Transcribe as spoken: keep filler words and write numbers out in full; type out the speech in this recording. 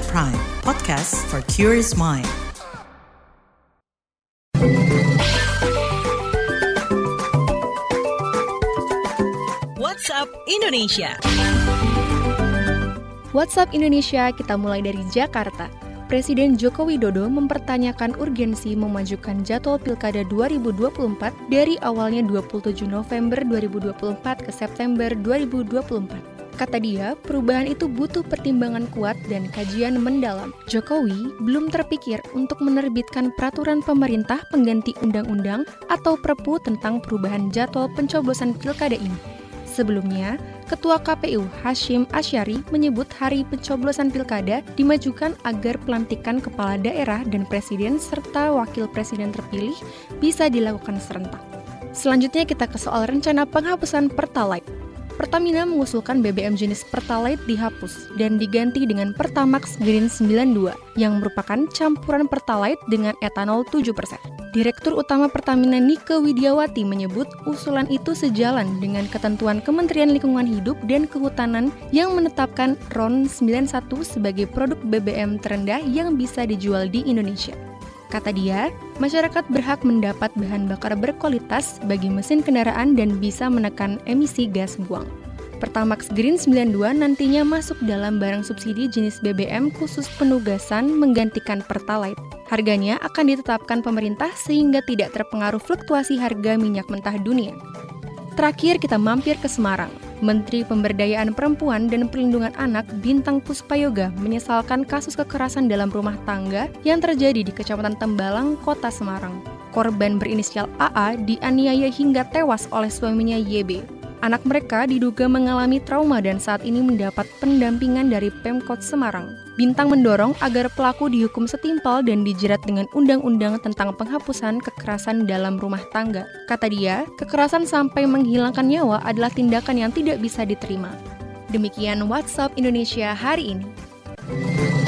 At Prime, podcast for curious mind. What's Up Indonesia. What's Up Indonesia, kita mulai dari Jakarta. Presiden Joko Widodo mempertanyakan urgensi memajukan jadwal Pilkada dua ribu dua puluh empat dari awalnya dua puluh tujuh November dua ribu dua puluh empat ke September dua ribu dua puluh empat. Kata dia, perubahan itu butuh pertimbangan kuat dan kajian mendalam. Jokowi belum terpikir untuk menerbitkan peraturan pemerintah pengganti undang-undang atau Perpu tentang perubahan jadwal pencoblosan Pilkada ini. Sebelumnya, Ketua K P U Hasyim Asyari menyebut hari pencoblosan Pilkada dimajukan agar pelantikan kepala daerah dan presiden serta wakil presiden terpilih bisa dilakukan serentak. Selanjutnya kita ke soal rencana penghapusan Pertalite. Pertamina mengusulkan B B M jenis Pertalite dihapus dan diganti dengan Pertamax Green sembilan puluh dua yang merupakan campuran Pertalite dengan etanol tujuh persen. Direktur Utama Pertamina Nike Widiawati menyebut usulan itu sejalan dengan ketentuan Kementerian Lingkungan Hidup dan Kehutanan yang menetapkan R O N sembilan puluh satu sebagai produk B B M terendah yang bisa dijual di Indonesia. Kata dia, masyarakat berhak mendapat bahan bakar berkualitas bagi mesin kendaraan dan bisa menekan emisi gas buang. Pertamax Green sembilan puluh dua nantinya masuk dalam barang subsidi jenis B B M khusus penugasan menggantikan Pertalite. Harganya akan ditetapkan pemerintah sehingga tidak terpengaruh fluktuasi harga minyak mentah dunia. Terakhir kita mampir ke Semarang. Menteri Pemberdayaan Perempuan dan Perlindungan Anak Bintang Puspayoga menyesalkan kasus kekerasan dalam rumah tangga yang terjadi di Kecamatan Tembalang, Kota Semarang. Korban berinisial A A dianiaya hingga tewas oleh suaminya Y B. Anak mereka diduga mengalami trauma dan saat ini mendapat pendampingan dari Pemkot Semarang. Bintang mendorong agar pelaku dihukum setimpal dan dijerat dengan undang-undang tentang penghapusan kekerasan dalam rumah tangga. Kata dia, kekerasan sampai menghilangkan nyawa adalah tindakan yang tidak bisa diterima. Demikian What's Up Indonesia hari ini.